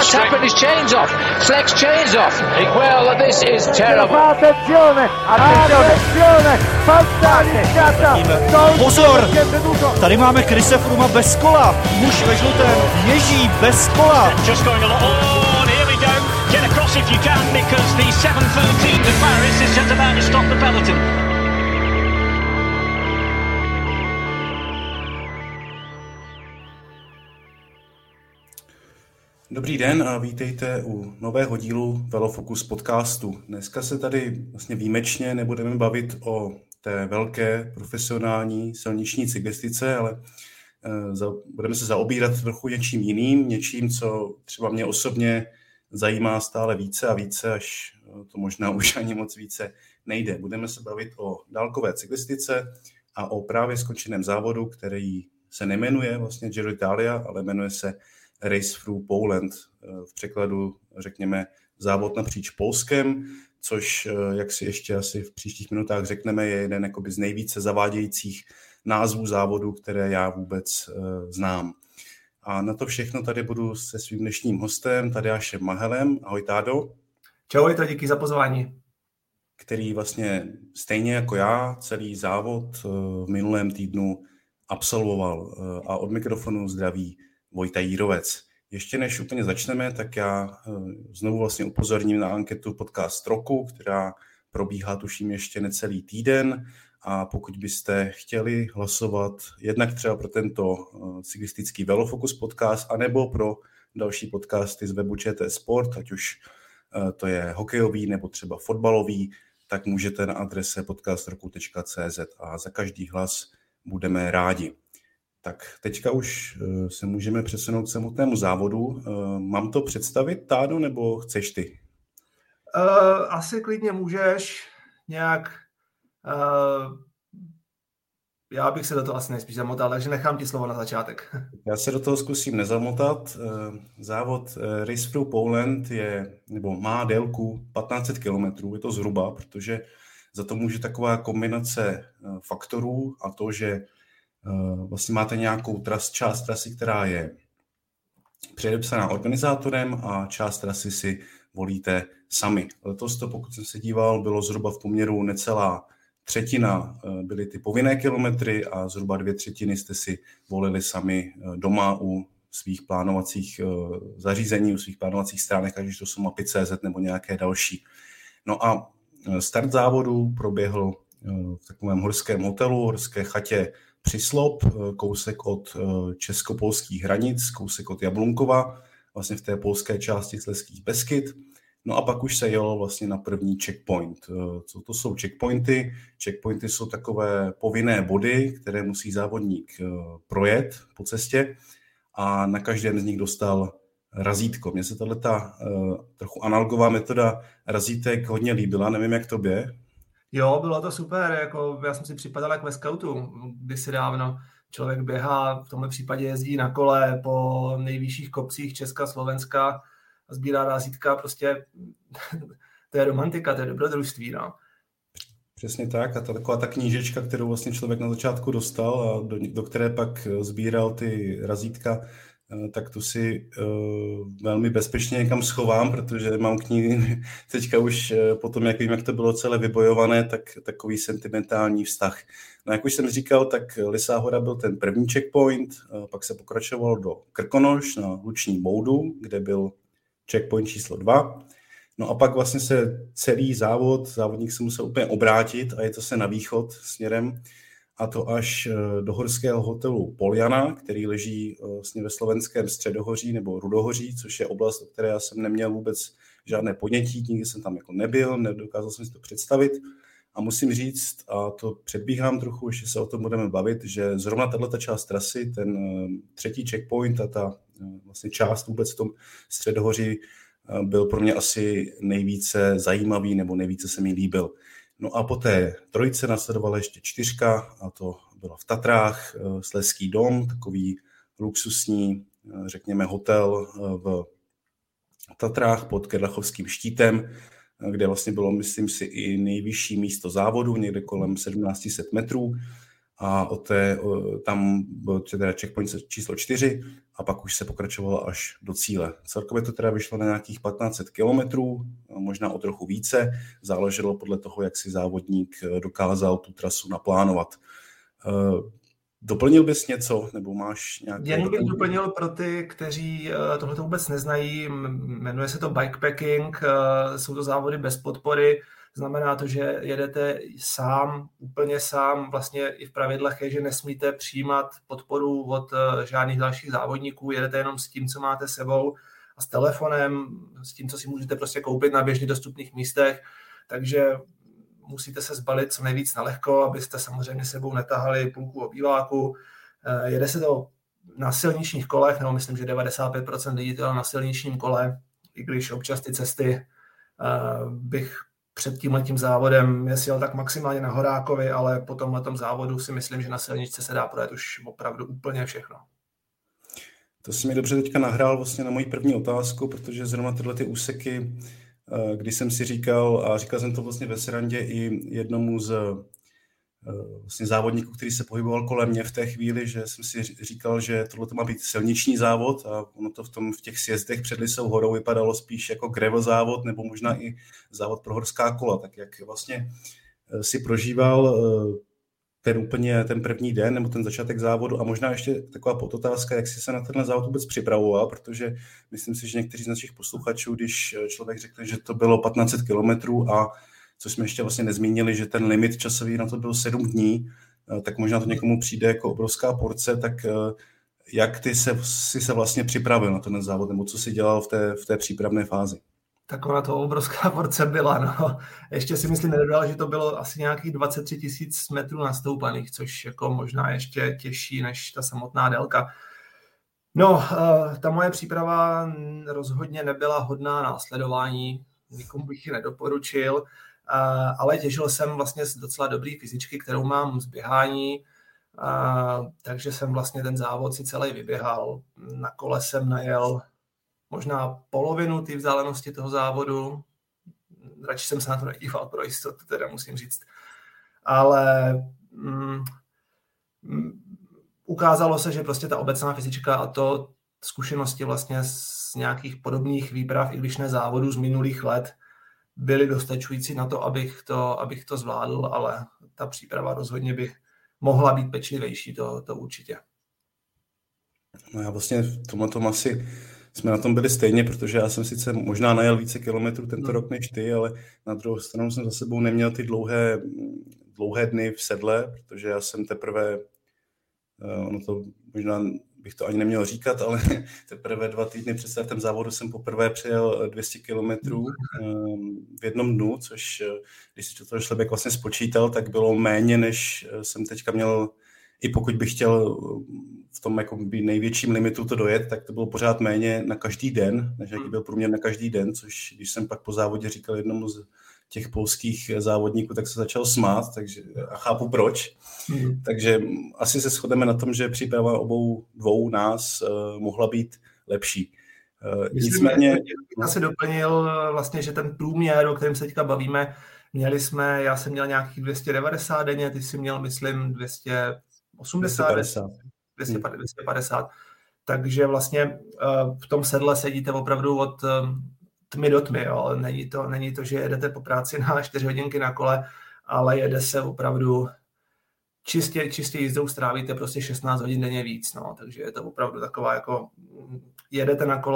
What's happened? His chain's off. Fleck's chain's off. Well, this is terrible. Attenzione! Pozor! Tady máme Chrise Frooma bez kola. Muž ve žlutém ježí bez kola. Just going along. Oh, and here we go. Get across if you can, because the 7:13 to Paris is just about to stop the peloton. Dobrý den a vítejte u nového dílu Velofocus podcastu. Dneska se tady vlastně výjimečně nebudeme bavit o té velké profesionální silniční cyklistice, ale budeme se zaobírat trochu něčím jiným, něčím, co třeba mě osobně zajímá stále více a více, až to možná už ani moc více nejde. Budeme se bavit o dálkové cyklistice a o právě skončeném závodu, který se nejmenuje vlastně Giro d'Italia, ale jmenuje se Race Through Poland, v překladu řekněme závod napříč Polskem, což, jak si ještě asi v příštích minutách řekneme, je jeden jakoby z nejvíce zavádějících názvů závodu, které já vůbec znám. A na to všechno tady budu se svým dnešním hostem, Tadeášem Mahelem. Ahoj, Tádo. Čau, díky za pozvání. Který vlastně stejně jako já celý závod v minulém týdnu absolvoval. A od mikrofonu zdraví Vojta Jírovec. Ještě než úplně začneme, tak já znovu vlastně upozorním na anketu Podcast roku, která probíhá tuším ještě necelý týden, a pokud byste chtěli hlasovat jednak třeba pro tento cyklistický Velofocus podcast, anebo pro další podcasty z webu ČT Sport, ať už to je hokejový nebo třeba fotbalový, tak můžete na adrese podcastroku.cz a za každý hlas budeme rádi. Tak teďka už se můžeme přesunout k samotnému závodu. Mám to představit, Tádo, nebo chceš ty? Asi klidně můžeš nějak. Já bych se do toho asi nejspíš zamotal, takže nechám ti slovo na začátek. Já se do toho zkusím nezamotat. Závod Race Through Poland má délku 1500 km, je to zhruba, protože za to může taková kombinace faktorů a to, že vlastně máte nějakou část trasy, která je předepsaná organizátorem a část trasy si volíte sami. Letos to, pokud jsem se díval, bylo zhruba v poměru necelá třetina byly ty povinné kilometry a zhruba 2/3 jste si volili sami doma u svých plánovacích zařízení, u svých plánovacích stránek, ať už to jsou mapy.cz nebo nějaké další. No a start závodu proběhl v takovém horském hotelu, horské chatě Přislop, kousek od česko-polských hranic, kousek od Jablunkova, vlastně v té polské části Slezských Beskyd. No a pak už se jelo vlastně na první checkpoint. Co to jsou checkpointy? Checkpointy jsou takové povinné body, které musí závodník projet po cestě a na každém z nich dostal razítko. Mně se tato trochu analogová metoda razítek hodně líbila, nevím jak tobě. Jo, bylo to super, jako já jsem si připadal jak ve skautu, kdysi dávno. Člověk běhá, v tomhle případě jezdí na kole po nejvyšších kopcích Česka, Slovenska a sbírá razítka, prostě to je romantika, to je dobrodružství, no. Přesně tak, a taková ta knížečka, kterou vlastně člověk na začátku dostal a do které pak sbíral ty razítka, tak tu si velmi bezpečně někam schovám, protože mám k ní teďka už potom, jak vím, jak to bylo celé vybojované, tak takový sentimentální vztah. No jak už jsem říkal, tak Lysá hora byl ten první checkpoint, pak se pokračoval do Krkonoš na Luční boudu, kde byl checkpoint číslo 2. No a pak vlastně se celý závodník se musel úplně obrátit a je to se na východ směrem, a to až do horského hotelu Poljana, který leží vlastně ve slovenském Středohoří nebo Rudohoří, což je oblast, o které já jsem neměl vůbec žádné podnětí, nikdy jsem tam jako nebyl, nedokázal jsem si to představit. A musím říct, a to předbíhám trochu, ještě se o tom budeme bavit, že zrovna tato část trasy, ten třetí checkpoint a ta vlastně část vůbec v tom Středohoří byl pro mě asi nejvíce zajímavý nebo nejvíce se mi líbil. No a po té trojice následovala ještě 4 a to bylo v Tatrách, Slezský dom, takový luxusní, řekněme, hotel v Tatrách pod Kerlachovským štítem, kde vlastně bylo, myslím si, i nejvyšší místo závodu, někde kolem 1700 metrů. a tam byl teda checkpoint číslo 4 a pak už se pokračovalo až do cíle. Celkově to teda vyšlo na nějakých 1500 kilometrů, možná o trochu více, záleželo podle toho, jak si závodník dokázal tu trasu naplánovat. Doplnil bys něco, nebo máš nějaké... Jen bych doplnil pro ty, kteří tohle vůbec neznají, jmenuje se to bikepacking, jsou to závody bez podpory, znamená to, že jedete sám, úplně sám, vlastně i v pravidlech je, že nesmíte přijímat podporu od žádných dalších závodníků, jedete jenom s tím, co máte sebou a s telefonem, s tím, co si můžete prostě koupit na běžně dostupných místech, takže musíte se zbalit co nejvíc na lehko, abyste samozřejmě sebou netahali půlku obýváku. Jede se to na silničních kolech, nebo myslím, že 95% lidí to na silničním kole, i když občas ty cesty bych před tímhletím závodem jezdil tak maximálně na Horákovi, ale po tomhletom závodu si myslím, že na silničce se dá projet už opravdu úplně všechno. To si mi dobře teďka nahrál vlastně na moji první otázku, protože zrovna tyhle ty úseky, když jsem si říkal, a říkal jsem to vlastně ve srandě i jednomu z vlastně závodníků, který se pohyboval kolem mě v té chvíli, že jsem si říkal, že tohle má být silniční závod a ono to v těch sjezdech před Lysou horou vypadalo spíš jako gravel závod nebo možná i závod pro horská kola. Tak jak vlastně si prožíval ten první den nebo ten začátek závodu a možná ještě taková podotázka, jak jsi se na tenhle závod vůbec připravoval, protože myslím si, že někteří z našich posluchačů, když člověk řekne, že to bylo 1500 kilometrů a co jsme ještě vlastně nezmínili, že ten limit časový na to byl 7 dní, tak možná to někomu přijde jako obrovská porce, tak jak ty jsi se vlastně připravil na ten závod, nebo co jsi dělal v té přípravné fázi? Tak ona to obrovská porce byla, no. Ještě si myslím nedodal, že to bylo asi nějakých 23 000 metrů nastoupaných, což jako možná ještě těžší než ta samotná délka. No, ta moje příprava rozhodně nebyla hodná následování, nikomu bych ji nedoporučil, ale těžil jsem vlastně z docela dobrý fyzičky, kterou mám z běhání, takže jsem vlastně ten závod si celý vyběhal. Na kole jsem najel možná polovinu té vzdálenosti toho závodu. Radši jsem se na to nedíval pro jistotu, teda musím říct. Ale ukázalo se, že prostě ta obecná fyzička a to zkušenosti vlastně z nějakých podobných výprav, i když ne závodů z minulých let, byly dostačující na to, abych to zvládl, ale ta příprava rozhodně by mohla být pečlivější, to určitě. No já vlastně v tomhle asi jsme na tom byli stejně, protože já jsem sice možná najel více kilometrů tento rok než ty, ale na druhou stranu jsem za sebou neměl ty dlouhé dny v sedle, protože já jsem teprve, ono to možná bych to ani neměl říkat, ale teprve 2 týdny před startem závodu jsem poprvé přejel 200 kilometrů v jednom dnu, což když si to člověk vlastně spočítal, tak bylo méně, než jsem teďka měl, i pokud bych chtěl v tom jako největším limitu to dojet, tak to bylo pořád méně na každý den, než jaký byl průměr na každý den, což když jsem pak po závodě říkal jednomu z těch polských závodníků, tak se začal smát, takže a chápu proč. Takže asi se shodneme na tom, že příprava obou dvou nás mohla být lepší. Nicméně... Já si doplnil vlastně, že ten průměr, o kterém se teďka bavíme, já jsem měl nějakých 290 denně, ty jsi měl, myslím, 250. Takže vlastně v tom sedle sedíte opravdu od tmy do tmy, jo. Není to, že jedete po práci na 4 hodinky na kole, ale jede se opravdu čistě jízdou, strávíte prostě 16 hodin denně víc, no. Takže je to opravdu taková jako jedete na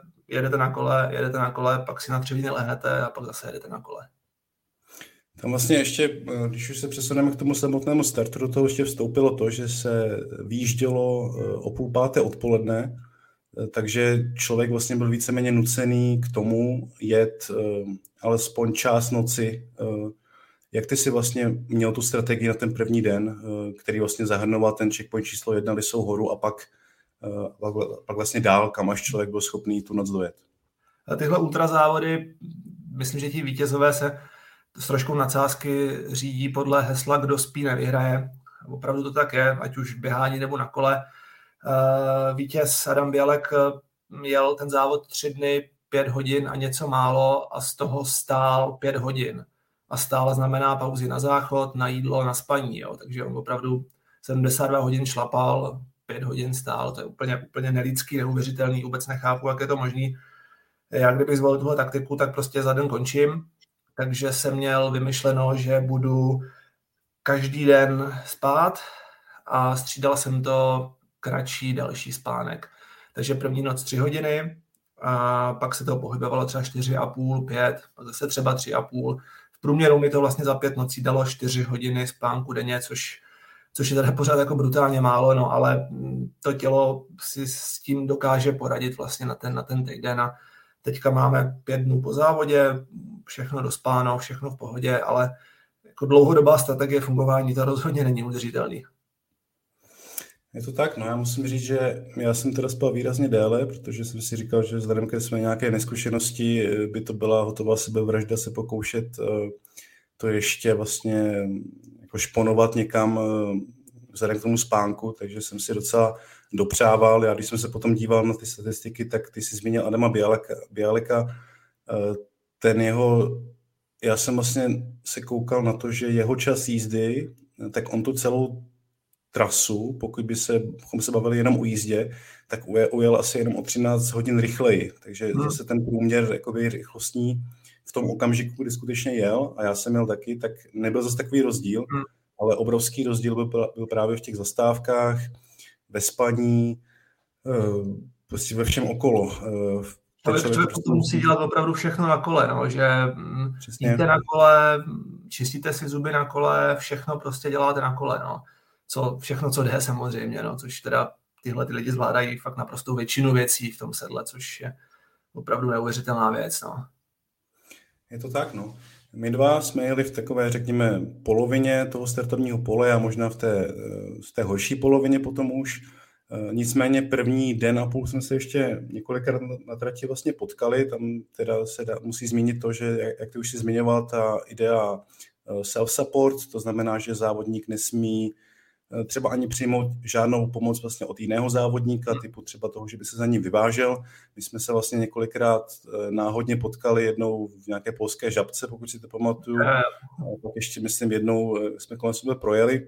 kole, pak si na 3 hodiny lehnete a pak zase jedete na kole. Tam vlastně ještě, když už se přesuneme k tomu samotnému startu, do toho ještě vstoupilo to, že se vyjíždělo o 4:30 odpoledne, takže člověk vlastně byl víceméně nucený k tomu jet alespoň část noci. Jak ty si vlastně měl tu strategii na ten první den, který vlastně zahrnoval ten checkpoint číslo 1 Lysou horu a pak vlastně dál, kam až člověk byl schopný tu noc dojet? Tyhle ultrazávody, myslím, že ti vítězové se s troškou nadsázky řídí podle hesla kdo spí, nevyhraje. Opravdu to tak je, ať už v běhání nebo na kole. Vítěz Adam Bělek jel ten závod 3 dny, 5 hodin a něco málo a z toho stál 5 hodin. A stále znamená pauzy na záchod, na jídlo, na spaní. Jo. Takže on opravdu 72 hodin šlapal, 5 hodin stál, to je úplně nelidský, neuvěřitelný, vůbec nechápu, jak je to možný. Já kdybych zvolil tuhle taktiku, tak prostě za den končím, takže jsem měl vymyšleno, že budu každý den spát a střídal jsem to kratší, další spánek. Takže první noc 3 hodiny a pak se to pohybovalo třeba 4,5, 5, a zase třeba 3,5. V průměru mi to vlastně za 5 nocí dalo 4 hodiny spánku denně, což je teda pořád jako brutálně málo, no, ale to tělo si s tím dokáže poradit vlastně na ten týden. A teďka máme 5 dnů po závodě, všechno dospáno, všechno v pohodě, ale jako dlouhodobá strategie fungování to rozhodně není udržitelný. Je to tak, no já musím říct, že já jsem teda spal výrazně déle, protože jsem si říkal, že vzhledem ke své nějaké neskušenosti by to byla hotová sebevražda se pokoušet to ještě vlastně jako šponovat někam vzhledem k tomu spánku, takže jsem si docela dopřával. Já když jsem se potom díval na ty statistiky, tak ty jsi zmínil Adama Bialeka, já jsem vlastně se koukal na to, že jeho čas jízdy, tak on tu celou trasu, pokud bychom se bavili jenom o jízdě, tak ujel asi jenom o 13 hodin rychleji. Takže zase ten průměr jakoby rychlostní v tom okamžiku, kdy skutečně jel, a já jsem jel taky, tak nebyl zase takový rozdíl, ale obrovský rozdíl byl právě v těch zastávkách, ve spaní, prostě ve všem okolo. Člověk to musí dělat opravdu všechno na kole, no, že jíte na kole, čistíte si zuby na kole, všechno prostě děláte na kole, no. Všechno, co jde samozřejmě, no, což teda tyhle ty lidi zvládají fakt naprosto většinu věcí v tom sedle, což je opravdu neuvěřitelná věc, no. Je to tak, no. My dva jsme jeli v takové, řekněme, polovině toho startovního pole a možná v té horší polovině potom už. Nicméně první den a půl jsme se ještě několikrát na trati vlastně potkali. Tam teda se musí zmínit to, že, jak ty už si zmiňoval, ta idea self-support, to znamená, že závodník nesmí třeba ani přijmout žádnou pomoc vlastně od jiného závodníka, typu třeba toho, že by se za ním vyvážel. My jsme se vlastně několikrát náhodně potkali, jednou v nějaké polské Žabce, pokud si to pamatuju. Pak ještě, myslím, jednou jsme kolem sebe projeli.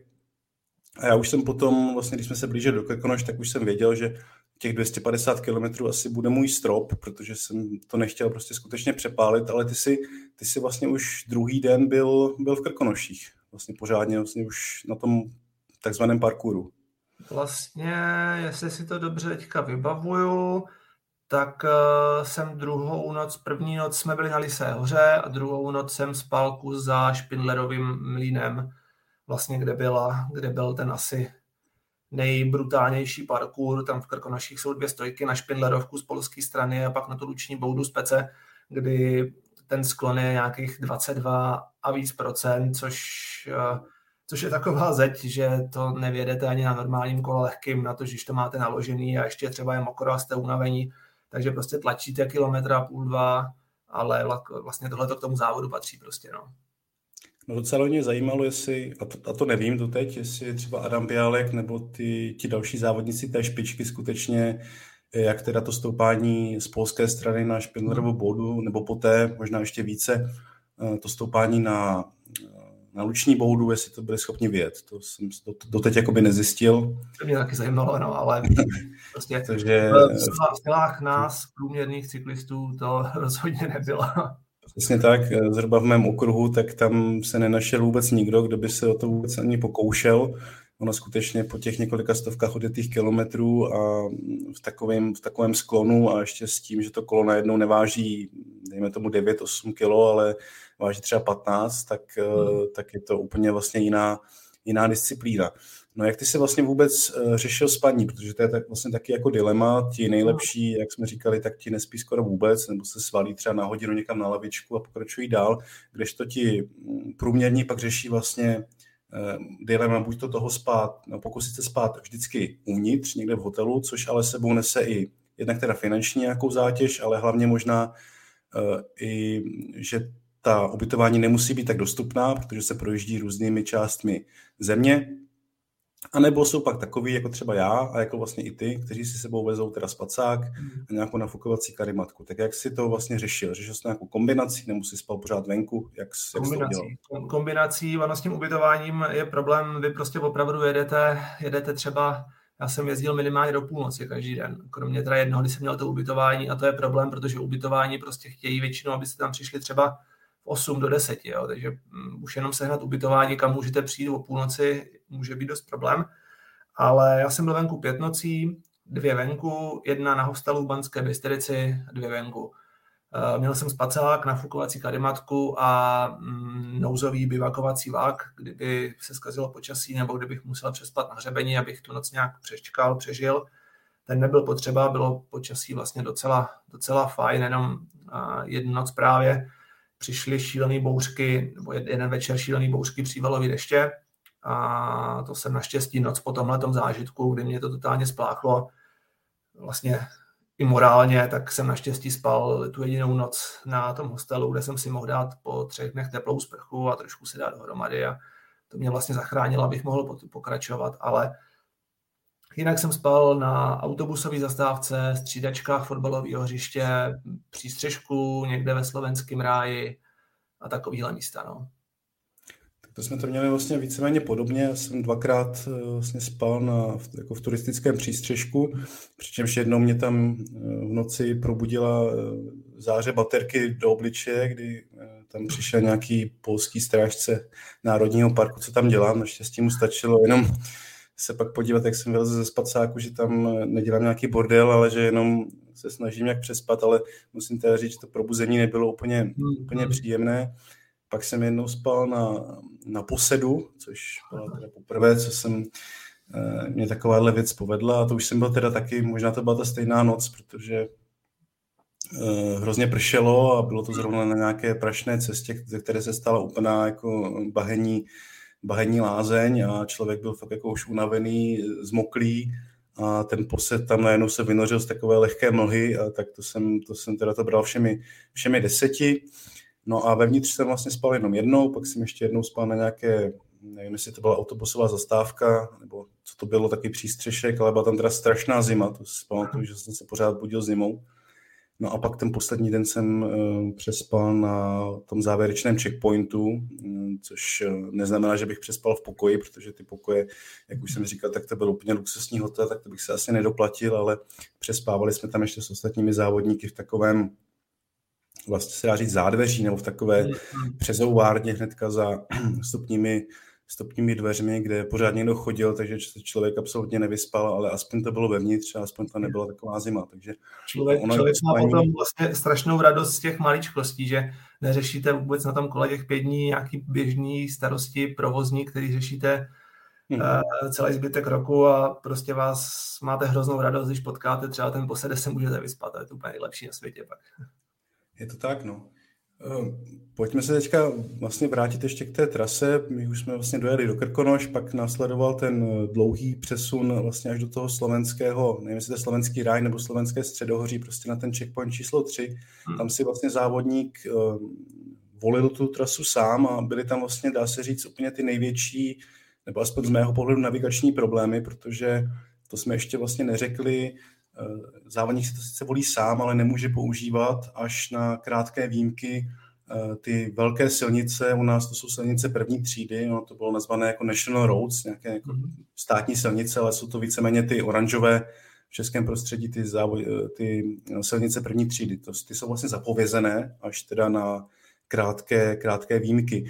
A já už jsem potom, vlastně, když jsme se blížili do Krkonoš, tak už jsem věděl, že těch 250 kilometrů asi bude můj strop, protože jsem to nechtěl prostě skutečně přepálit, ale ty jsi vlastně už druhý den byl v Krkonoších. Vlastně pořádně vlastně už na tom takzvaném parkouru. Vlastně, jestli si to dobře teďka vybavuju, tak jsem první noc jsme byli na Lysé hoře a druhou noc jsem spal kus za Špindlerovým mlýnem, vlastně kde byl ten asi nejbrutálnější parkour. Tam v Krkonoších jsou 2 stojky na Špindlerovku z polské strany a pak na tu luční boudu z Pece, kdy ten sklon je nějakých 22 a víc procent, což je taková zeď, že to nevědete ani na normálním kole lehkým, na to, že to máte naložený a ještě třeba je mokro a jste unavení, takže prostě tlačíte 1,5 kilometru, 2, ale vlastně tohleto k tomu závodu patří prostě, no. No docela mě zajímalo, jestli, a to nevím doteď, jestli třeba Adam Bialek nebo ti další závodníci té špičky skutečně, jak teda to stoupání z polské strany na Špindlerovu boudu, nebo poté možná ještě více to stoupání na luční boudu, jestli to byli schopni vyjet. To jsem doteď jakoby nezjistil. To mě taky zajímalo, no, ale prostě takže v silách nás, průměrných cyklistů, to rozhodně nebylo. Přesně tak, zhruba v mém okruhu, tak tam se nenašel vůbec nikdo, kdo by se o to vůbec ani pokoušel. Ono skutečně po těch několika stovkách odjetých kilometrů a v takovém sklonu a ještě s tím, že to kolo najednou neváží, dejme tomu 9-8 kilo, ale váží třeba 15, tak je to úplně vlastně jiná disciplína. No jak ty jsi vlastně vůbec řešil spaní, protože to je tak vlastně taky jako dilema, ti nejlepší, jak jsme říkali, tak ti nespí skoro vůbec, nebo se svalí třeba na hodinu někam na lavičku a pokračují dál, kdežto ti průměrní pak řeší vlastně dilema buď to toho spát, no pokusit se spát vždycky uvnitř, někde v hotelu, což ale sebou nese i jednak teda finanční nějakou zátěž, ale hlavně možná i, že ta ubytování nemusí být tak dostupná, protože se projíždí různými částmi země. A nebo jsou pak takový, jako třeba já a jako vlastně i ty, kteří si sebou vezou teda spacák a nějakou nafukovací karimatku. Tak jak si to vlastně řešil? Řešil jsi nějakou kombinací, nebo si spal pořád venku? Jak jsi to udělal? Kombinací, ono s tím ubytováním je problém, vy prostě opravdu jedete třeba, já jsem jezdil minimálně do půlnoci každý den, kromě teda jednoho, kdy jsem měl to ubytování a to je problém, protože ubytování prostě chtějí většinou, abyste tam přišli třeba v 8 do 10, jo? Takže už jenom sehnat ubytování, kam můžete přijít o půlnoci, může být dost problém. Ale já jsem byl venku 5 nocí, 2 venku, 1 na hostelu v Banské Bystrici, 2 venku. Měl jsem spacák, nafukovací karimatku a nouzový bivakovací vák, kdyby se zkazilo počasí nebo kdybych musel přespat na hřebeni, abych tu noc nějak přečkal, přežil. Ten nebyl potřeba, bylo počasí vlastně docela fajn, jenom jednu noc právě přišly šílený bouřky, nebo jeden večer šílený bouřky, přívalový deště. A to jsem naštěstí noc po tomhletom zážitku, kdy mě to totálně spláchlo vlastně i morálně, tak jsem naštěstí spal tu jedinou noc na tom hostelu, kde jsem si mohl dát po 3 dnech teplou sprchu a trošku si dát dohromady a to mě vlastně zachránilo, abych mohl pokračovat, ale jinak jsem spal na autobusové zastávce, střídačkách fotbalového hřiště, přístřežku někde ve Slovenském ráji a takovýhle místa, no. To jsme to měli vlastně víceméně podobně. Já jsem 2krát vlastně spal jako v turistickém přístřešku, přičemž jednou mě tam v noci probudila záře baterky do obličeje, kdy tam přišel nějaký polský strážce Národního parku, co tam dělám. Naštěstí mu stačilo jenom se pak podívat, jak jsem vylezl ze spacáku, že tam nedělám nějaký bordel, ale že jenom se snažím jak přespat, ale musím teda říct, že to probuzení nebylo úplně příjemné. Pak jsem jednou spal na posedu, což bylo teda poprvé, co jsem mě takováhle věc povedla. A to už jsem byl teda taky, možná to byla ta stejná noc, protože hrozně pršelo a bylo to zrovna na nějaké prašné cestě, ze které se stala úplná jako bahenní lázeň a člověk byl fakt jako už unavený, zmoklý a ten posed tam najednou se vynořil z takové lehké mlhy a tak to jsem teda to bral všemi 10. No a vevnitř jsem vlastně spal jenom jednou, pak jsem ještě jednou spal na nějaké, nevím, jestli to byla autobusová zastávka, nebo co to bylo, taky přístřešek, ale byla tam teda strašná zima, to si pamatuju, že jsem se pořád budil zimou. No a pak ten poslední den jsem přespal na tom závěrečném checkpointu, což neznamená, že bych přespal v pokoji, protože ty pokoje, jak už jsem říkal, tak to byl úplně luxusní hotel, tak to bych se asi nedoplatil, ale přespávali jsme tam ještě s ostatními závodníky v takovém, vlastně se dá říct zádveří, nebo v takové přezouvárně hnedka za vstupními dveřmi, kde pořád někdo chodil, takže člověk absolutně nevyspal, ale aspoň to bylo vevnitř a aspoň to nebyla taková zima. Takže člověk má potom vlastně strašnou radost z těch maličkostí, že neřešíte vůbec na tom kole těch 5 dní nějaký běžný starosti provozní, který řešíte celý zbytek roku a prostě máte hroznou radost, když potkáte třeba ten posede, se můžete vyspat, to je to úplně nejlepší na světě pak. Je to tak, no. Pojďme se teďka vlastně vrátit ještě k té trase. My už jsme vlastně dojeli do Krkonoš, pak následoval ten dlouhý přesun vlastně až do toho slovenského, nevím, jestli to je slovenský ráj nebo slovenské středohoří, prostě na ten checkpoint číslo 3. Tam si vlastně závodník volil tu trasu sám a byly tam vlastně, dá se říct, úplně ty největší, nebo aspoň z mého pohledu navigační problémy, protože to jsme ještě vlastně neřekli. Závodník si to sice volí sám, ale nemůže používat až na krátké výjimky ty velké silnice. U nás to jsou silnice první třídy, no, to bylo nazvané jako National Roads, nějaké jako státní silnice, ale jsou to víceméně ty oranžové v českém prostředí, ty silnice první třídy. Ty jsou vlastně zapovězené až teda na krátké výjimky.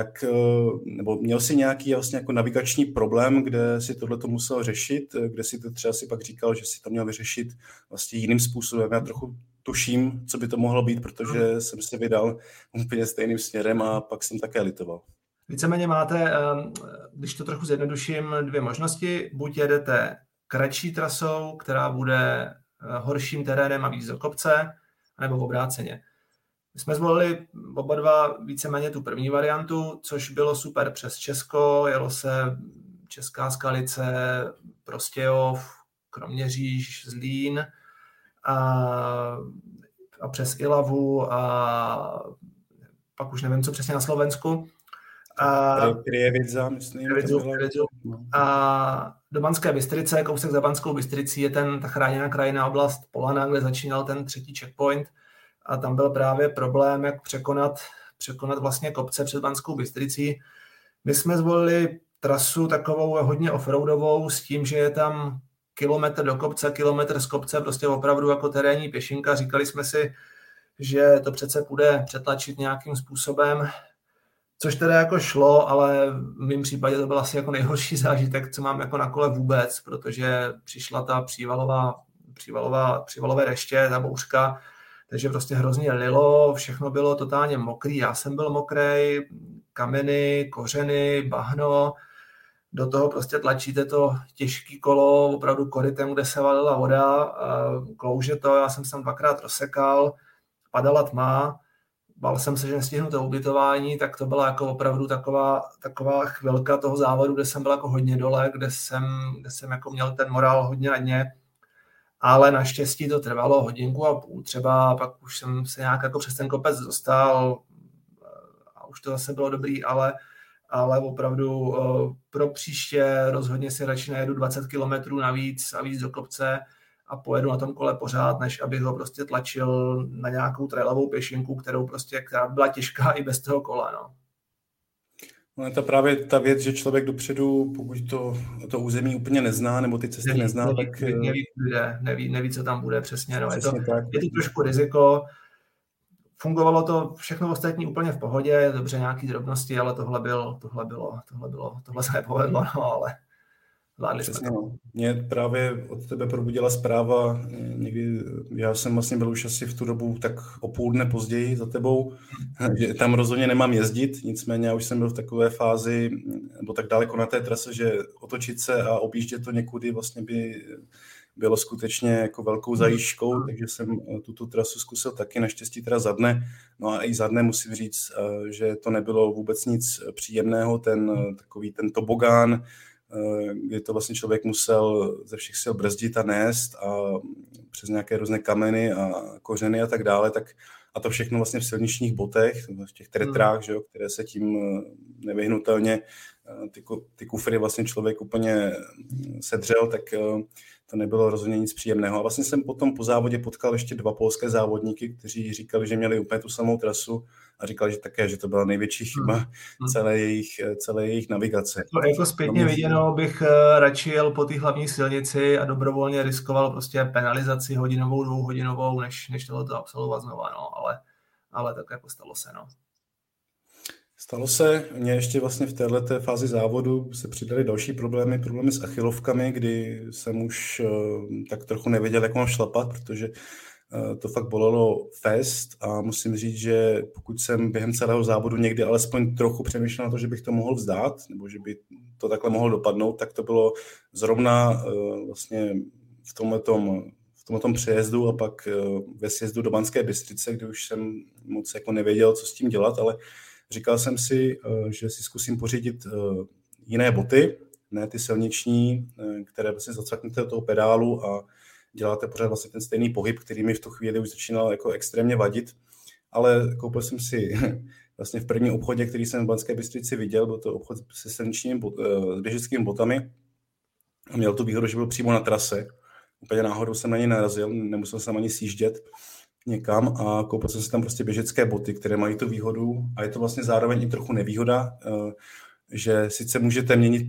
Nebo měl jsi nějaký vlastně jako navigační problém, kde si tohleto musel řešit, kde si to třeba si pak říkal, že si to měl vyřešit vlastně jiným způsobem. Já trochu tuším, co by to mohlo být, protože jsem se vydal úplně stejným směrem a pak jsem také litoval. Víceméně máte, když to trochu zjednoduším, 2 možnosti. Buď jedete kratší trasou, která bude horším terénem a víc do kopce, nebo v obráceně. My jsme zvolili oba dva víceméně tu první variantu, což bylo super přes Česko, jelo se Česká Skalice, Prostějov, Kroměříž, Zlín a přes Ilavu a pak už nevím, co přesně na Slovensku. Krievidza, myslím. A do Banské Bystrice, kousek za Banskou Bystricí, je ta chráněná krajinná oblast Polana, kde začínal ten 3. checkpoint. A tam byl právě problém, jak překonat vlastně kopce před Banskou Bystricí. My jsme zvolili trasu takovou hodně offroadovou s tím, že je tam kilometr do kopce, kilometr z kopce, prostě opravdu jako terénní pěšinka. Říkali jsme si, že to přece půjde přetlačit nějakým způsobem, což teda jako šlo, ale v mém případě to byl asi jako nejhorší zážitek, co mám jako na kole vůbec, protože přišla ta přívalové deště, ta bouřka, takže prostě hrozně lilo, všechno bylo totálně mokrý, já jsem byl mokrý, kameny, kořeny, bahno, do toho prostě tlačíte to těžké kolo, opravdu korytem, kde se valila voda, klouže to, já jsem tam 2krát rozsekal, padala tma, bál jsem se, že nestihnu to ubytování, tak to byla jako opravdu taková chvilka toho závodu, kde jsem byl jako hodně dole, kde jsem jako měl ten morál hodně na dně, ale naštěstí to trvalo 1,5 hodiny třeba, pak už jsem se nějak jako přes ten kopec dostal a už to zase bylo dobrý, ale opravdu pro příště rozhodně si radši najedu 20 km navíc a víc do kopce a pojedu na tom kole pořád, než abych ho prostě tlačil na nějakou trailovou pěšinku, která byla těžká i bez toho kola. No. No je to právě ta věc, že člověk dopředu, pokud to území úplně nezná, nebo ty cesty nezná, tak... Neví, co tam bude přesně. No. Je to trošku riziko. Fungovalo to všechno ostatní úplně v pohodě, dobře nějaký drobnosti, ale tohle se nepovedlo, no, ale zvládli jsme to. Mě právě od tebe probudila zpráva, někdy, já jsem vlastně byl už asi v tu dobu tak o půl dne později za tebou, že tam rozhodně nemám jezdit, nicméně já už jsem byl v takové fázi, nebo tak daleko na té trase, že otočit se a objíždět to někudy vlastně by bylo skutečně jako velkou zajížďkou, takže jsem tuto trasu zkusil taky, naštěstí teda za dne. No a i za dne musím říct, že to nebylo vůbec nic příjemného, takový ten tobogán, kdy to vlastně člověk musel ze všech sil brzdit a nést a přes nějaké různé kameny a kořeny a tak dále, a to všechno vlastně v silničních botech, v těch tretrách, že jo, které se tím nevyhnutelně, ty kufry vlastně člověk úplně sedřel, tak to nebylo rozhodně nic příjemného. A vlastně jsem potom po závodě potkal ještě 2 polské závodníky, kteří říkali, že měli úplně tu samou trasu a říkali, že také, že to byla největší chyba celé jejich navigace. Jako zpětně viděno bych radši jel po té hlavní silnici a dobrovolně riskoval prostě penalizaci hodinovou, 2hodinovou, než tohleto absolvovat znova, no, ale tak jako stalo se, no. Stalo se, mně ještě vlastně v této fázi závodu se přidaly další problémy s achilovkami, kdy jsem už tak trochu nevěděl, jak mám šlapat, protože to fakt bolelo fest a musím říct, že pokud jsem během celého závodu někdy alespoň trochu přemýšlel na to, že bych to mohl vzdát, nebo že by to takhle mohlo dopadnout, tak to bylo zrovna vlastně v tomhletom přejezdu a pak ve sjezdu do Banské Bystrice, kde už jsem moc jako nevěděl, co s tím dělat, ale říkal jsem si, že si zkusím pořídit jiné boty, ne ty silniční, které vlastně zacvaknete do toho pedálu a děláte pořád vlastně ten stejný pohyb, který mi v tu chvíli už začínal jako extrémně vadit. Ale koupil jsem si vlastně v prvním obchodě, který jsem v Banské Bystrici viděl, byl to obchod se silničními běžeckými botami a měl tu výhodu, že byl přímo na trase. Úplně náhodou jsem na něj narazil, nemusel jsem ani sjíždět někam a koupil jsem si tam prostě běžecké boty, které mají tu výhodu a je to vlastně zároveň i trochu nevýhoda, že sice můžete měnit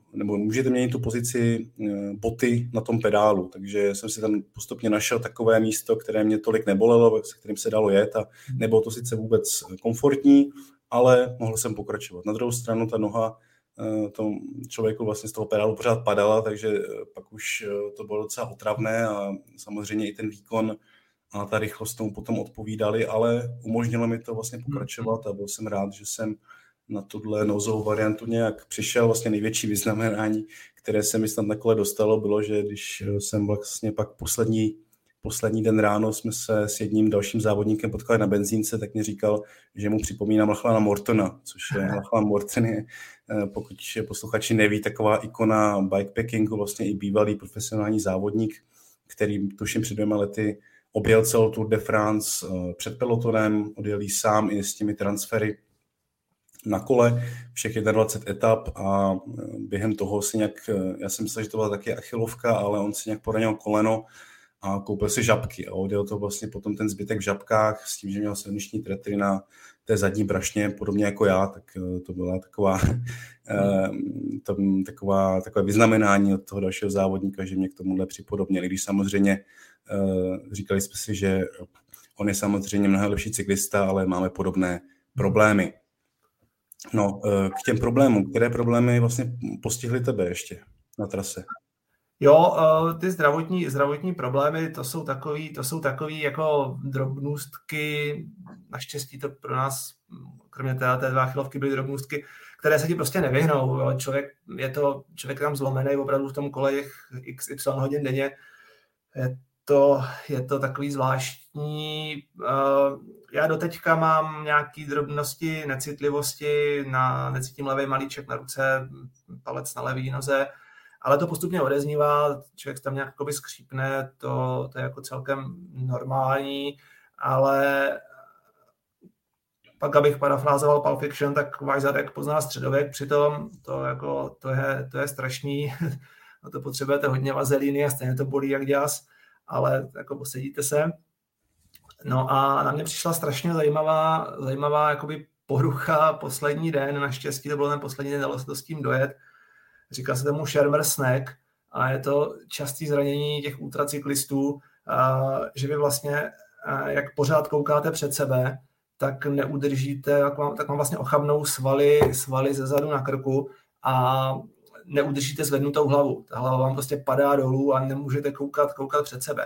tu pozici boty na tom pedálu, takže jsem si tam postupně našel takové místo, které mě tolik nebolelo, se kterým se dalo jet a nebylo to sice vůbec komfortní, ale mohl jsem pokračovat. Na druhou stranu ta noha tomu člověku vlastně z toho pedálu pořád padala, takže pak už to bylo docela otravné a samozřejmě i ten výkon a ta rychlost tomu potom odpovídali, ale umožnilo mi to vlastně pokračovat a byl jsem rád, že jsem na tuhle nouzovou variantu nějak přišel. Vlastně největší vyznamenání, které se mi snad na kole dostalo, bylo, že když jsem vlastně pak poslední den ráno jsme se s jedním dalším závodníkem potkali na benzínce, tak mi říkal, že mu připomínám Lachlana Mortona, což je Lachlan Morton je, pokud posluchači neví, taková ikona bikepackingu, vlastně i bývalý profesionální závodník, který tuším před 2 lety objel celou Tour de France před pelotonem, odjel jí sám i s těmi transfery na kole všech 21 etap a během toho si nějak, já jsem myslel, že to byla taky achilovka, ale on si nějak poranil koleno a koupil si žabky a odjel to vlastně potom ten zbytek v žabkách s tím, že měl silniční tretry na té zadní brašně, podobně jako já, tak to byla takové vyznamenání od toho dalšího závodníka, že mě k tomuhle připodobnili, když samozřejmě říkali jsme si, že on je samozřejmě mnohem lepší cyklista, ale máme podobné problémy. No, k těm problémům. Které problémy vlastně postihly tebe ještě na trase? Jo, ty zdravotní problémy, to jsou takový jako drobnůstky, naštěstí to pro nás, kromě té 2 achilovky byly drobnůstky, které se ti prostě nevyhnou. Člověk je tam zlomený opravdu v tom kole těch XY hodin denně. Je to takový zvláštní. Já doteďka mám nějaký drobnosti, necitlivosti, necítím levý malíček na ruce, palec na levý noze, ale to postupně odeznívá, člověk tam nějak skřípne, to je jako celkem normální, ale pak, abych parafrázoval Pulp Fiction, tak váš zadek pozná středověk, přitom to je strašný, no to potřebujete hodně vazelíny a stejně to bolí jak děs, ale jako posedíte se. No a na mě přišla strašně zajímavá jakoby porucha poslední den, naštěstí to byl ten poslední den, dalo se to s tím dojet. Říká se tomu Shermer's neck a je to častý zranění těch ultracyklistů, že vy vlastně, jak pořád koukáte před sebe, tak neudržíte, tak vám vlastně ochabnou svaly ze zadu na krku a neudržíte zvednutou hlavu. Ta hlava vám prostě padá dolů a nemůžete koukat před sebe.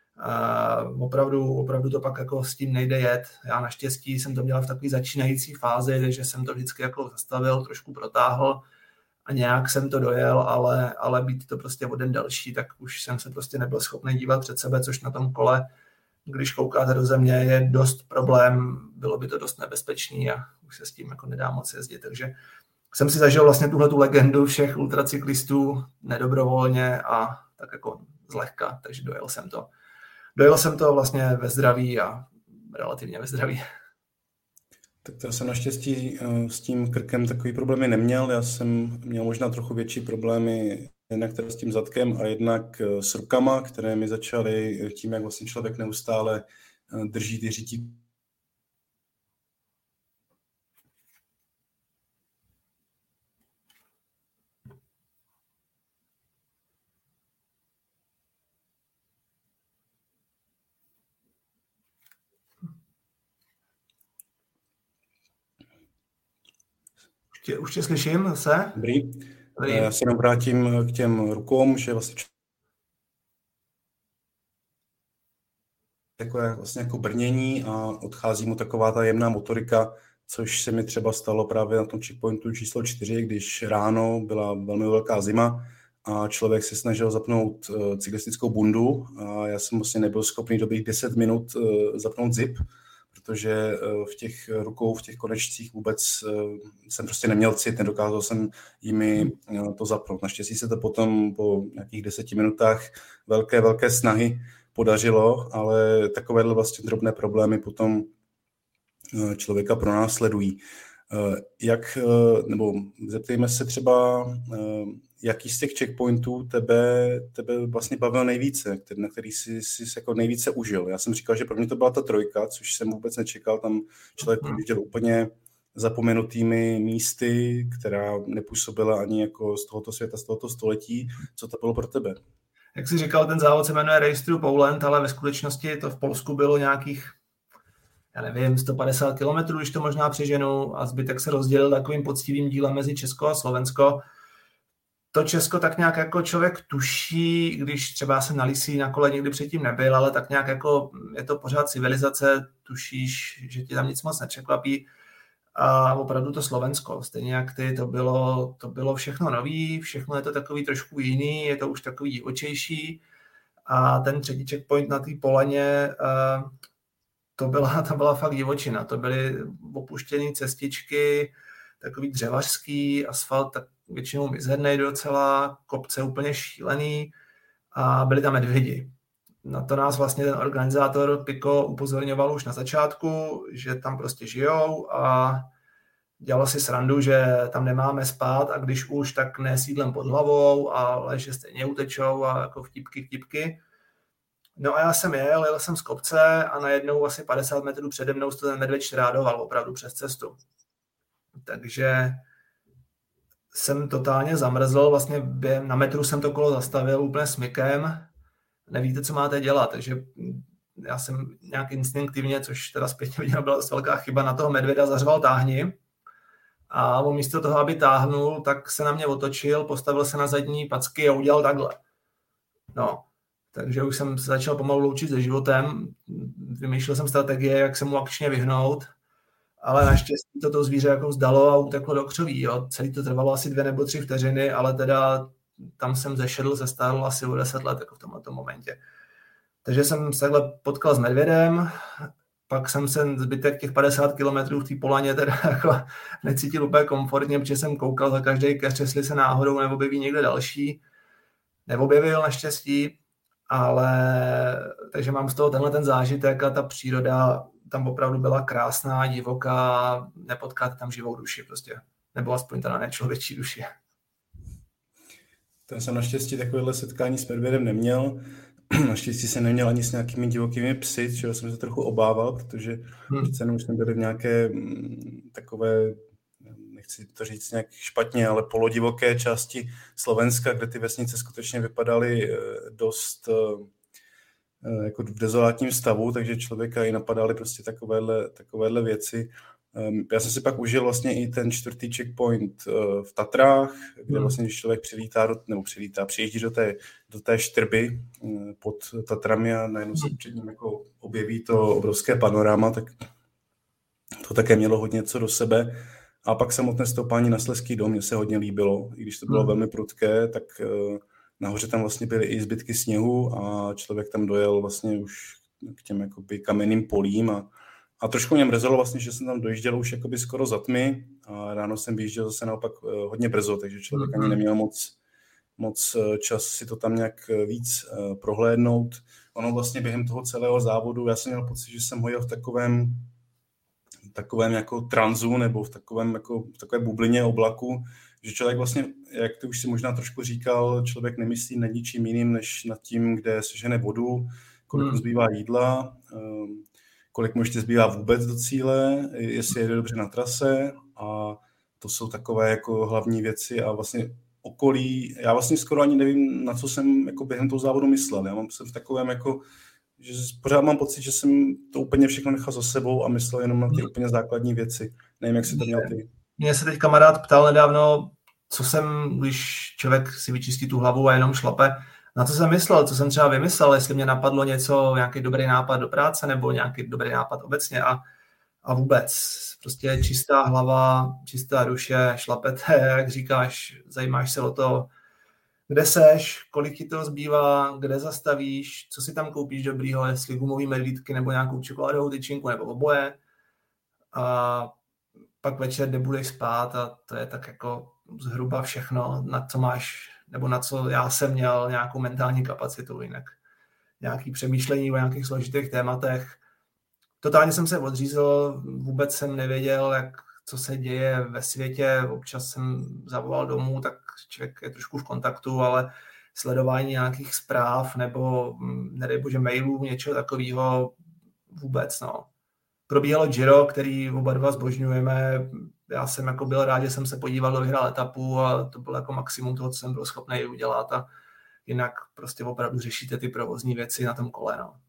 Opravdu to pak jako s tím nejde jet. Já naštěstí jsem to měl v takové začínající fázi, takže jsem to vždycky jako zastavil, trošku protáhl a nějak jsem to dojel, ale být to prostě o den delší, tak už jsem se prostě nebyl schopný dívat před sebe, což na tom kole, když koukáte do země, je dost problém, bylo by to dost nebezpečný a už se s tím jako nedá moc jezdit, takže jsem si zažil vlastně tuhletu legendu všech ultracyklistů nedobrovolně a tak jako zlehka, takže dojel jsem to vlastně ve zdraví a relativně ve zdraví. Tak to jsem naštěstí s tím krkem takový problémy neměl. Já jsem měl možná trochu větší problémy jednak teda s tím zadkem a jednak s rukama, které mi začaly tím, jak vlastně člověk neustále drží ty řítí. Už tě slyším zase? Dobrý. Já se vrátím k těm rukou, že vlastně vlastně jako brnění a odchází mu taková ta jemná motorika, což se mi třeba stalo právě na tom checkpointu číslo 4, když ráno byla velmi velká zima a člověk se snažil zapnout cyklistickou bundu a já jsem vlastně nebyl schopný dobrých 10 minut zapnout zip, protože v těch rukou, v těch konečcích vůbec jsem prostě neměl cit, nedokázal jsem jimi to zapnout. Naštěstí se to potom po nějakých 10 minutách velké snahy podařilo, ale takovéhle vlastně drobné problémy potom člověka pronásledují. Nebo zeptejme se třeba, jaký z těch checkpointů tebe vlastně bavil nejvíce, na který jsi jako nejvíce užil. Já jsem říkal, že pro mě to byla ta 3, což jsem vůbec nečekal. Tam člověk projížděl úplně zapomenutými místy, která nepůsobila ani jako z tohoto světa, z tohoto století. Co to bylo pro tebe? Jak jsi říkal, ten závod se jmenuje Race Through Poland, ale ve skutečnosti to v Polsku bylo nějakých 150 kilometrů, když to možná přeženu, a zbytek se rozdělil takovým poctivým dílem mezi Česko a Slovensko. To Česko tak nějak jako člověk tuší, když třeba se na Lisí na kole nikdy předtím nebyl, ale tak nějak jako je to pořád civilizace, tušíš, že ti tam nic moc nepřekvapí. A opravdu to Slovensko, stejně jak ty, to bylo všechno nový, všechno je to takový trošku jiný, je to už takový divočejší. A ten 3. checkpoint na té Polaně, to byla fakt divočina. To byly opuštěné cestičky, takový dřevařský, asfalt tak většinou mizernej docela, kopce úplně šílený a byli tam medvědi. Na to nás vlastně ten organizátor Piko upozorňoval už na začátku, že tam prostě žijou a dělalo si srandu, že tam nemáme spát a když už, tak ne sídlem pod hlavou, ale že stejně utečou a jako vtipky. No a já jsem jel jsem z kopce a najednou asi 50 metrů přede mnou ten medvěd šrádoval opravdu přes cestu. Takže jsem totálně zamrzl, vlastně na metru jsem to kolo zastavil úplně smykem, nevíte, co máte dělat, takže já jsem nějak instinktivně, což teda zpětně viděl, byla velká chyba, na toho medvěda zařval táhni a on místo toho, aby táhnul, tak se na mě otočil, postavil se na zadní packy a udělal takhle. No, takže už jsem se začal pomalu loučit se životem, vymýšlel jsem strategie, jak se mu akčně vyhnout, ale naštěstí to zvíře jako vzdalo a uteklo do křoví. Jo. Celý to trvalo asi 2 nebo 3 vteřiny, ale teda tam jsem zestárl asi o 10 let jako v tomto momentě. Takže jsem se takhle potkal s medvědem, pak jsem se zbytek těch 50 kilometrů v té Polaně teda jako necítil úplně komfortně, protože jsem koukal za každý keř, jestli se náhodou neobjeví někde další. Neobjevil naštěstí, ale takže mám z toho tenhle ten zážitek a ta příroda tam opravdu byla krásná, divoká, nepotkáte tam živou duši prostě, nebo aspoň teda ne člověčí duši. Ten jsem naštěstí takovéhle setkání s medvědem neměl. Naštěstí jsem neměl ani s nějakými divokými psy, čeho jsem se trochu obával, protože přece už jsme byli v nějaké takové, nechci to říct nějak špatně, ale polodivoké části Slovenska, kde ty vesnice skutečně vypadaly dost jako v dezolátním stavu, takže člověka i napadaly prostě takovéhle věci. Já jsem si pak užil vlastně i ten 4. checkpoint v Tatrách, kde vlastně, když člověk přijíždí do té štrby pod Tatrami a najednou se před ním jako objeví to obrovské panorama, tak to také mělo hodně co do sebe. A pak samotné stoupání na Slezský dom mě se hodně líbilo, i když to bylo velmi prudké, tak nahoře tam vlastně byly i zbytky sněhu a člověk tam dojel vlastně už k těm jakoby kamenným polím a trošku mě mrzelo vlastně, že jsem tam dojížděl už jakoby skoro za tmy a ráno jsem vyjížděl zase naopak hodně brzo, takže člověk ani neměl moc čas si to tam nějak víc prohlédnout. Ono vlastně během toho celého závodu, já jsem měl pocit, že jsem ho jel v takovém jako tranzu nebo v takové bublině oblaku, že člověk vlastně, jak ty už si možná trošku říkal, člověk nemyslí nad ničím jiným, než nad tím, kde sežene vodu, kolik mu zbývá jídla, kolik mu ještě zbývá vůbec do cíle, jestli jede dobře na trase a to jsou takové jako hlavní věci a vlastně okolí, já vlastně skoro ani nevím, na co jsem jako během toho závodu myslel. Já jsem v takovém jako, že pořád mám pocit, že jsem to úplně všechno nechal za sebou a myslel jenom na ty úplně základní věci. Nevím, jak si to měl ty. Mě se teď kamarád ptal nedávno, co jsem, když člověk si vyčistí tu hlavu a jenom šlape, na co jsem myslel, co jsem třeba vymyslel, jestli mě napadlo něco, nějaký dobrý nápad do práce nebo nějaký dobrý nápad obecně a vůbec. Prostě čistá hlava, čistá duše, šlapete, jak říkáš, zajímáš se o to, kde seš, kolik ti toho zbývá, kde zastavíš, co si tam koupíš dobrýho, jestli gumový medvídky nebo nějakou čokoládovou tyčinku nebo oboje. A pak večer, kde budeš spát a to je tak jako zhruba všechno, na co máš, nebo na co já jsem měl nějakou mentální kapacitu, jinak nějaký přemýšlení o nějakých složitých tématech. Totálně jsem se odřízl, vůbec jsem nevěděl, co se děje ve světě, občas jsem zavolal domů, tak člověk je trošku v kontaktu, ale sledování nějakých zpráv nebo nedej bože mailů, něčeho takového vůbec, no. Probíhalo Giro, který oba dva zbožňujeme. Já jsem jako byl rád, že jsem se podíval do vyhrál etapu a to bylo jako maximum toho, co jsem byl schopný udělat a jinak prostě opravdu řešíte ty provozní věci na tom kole, no.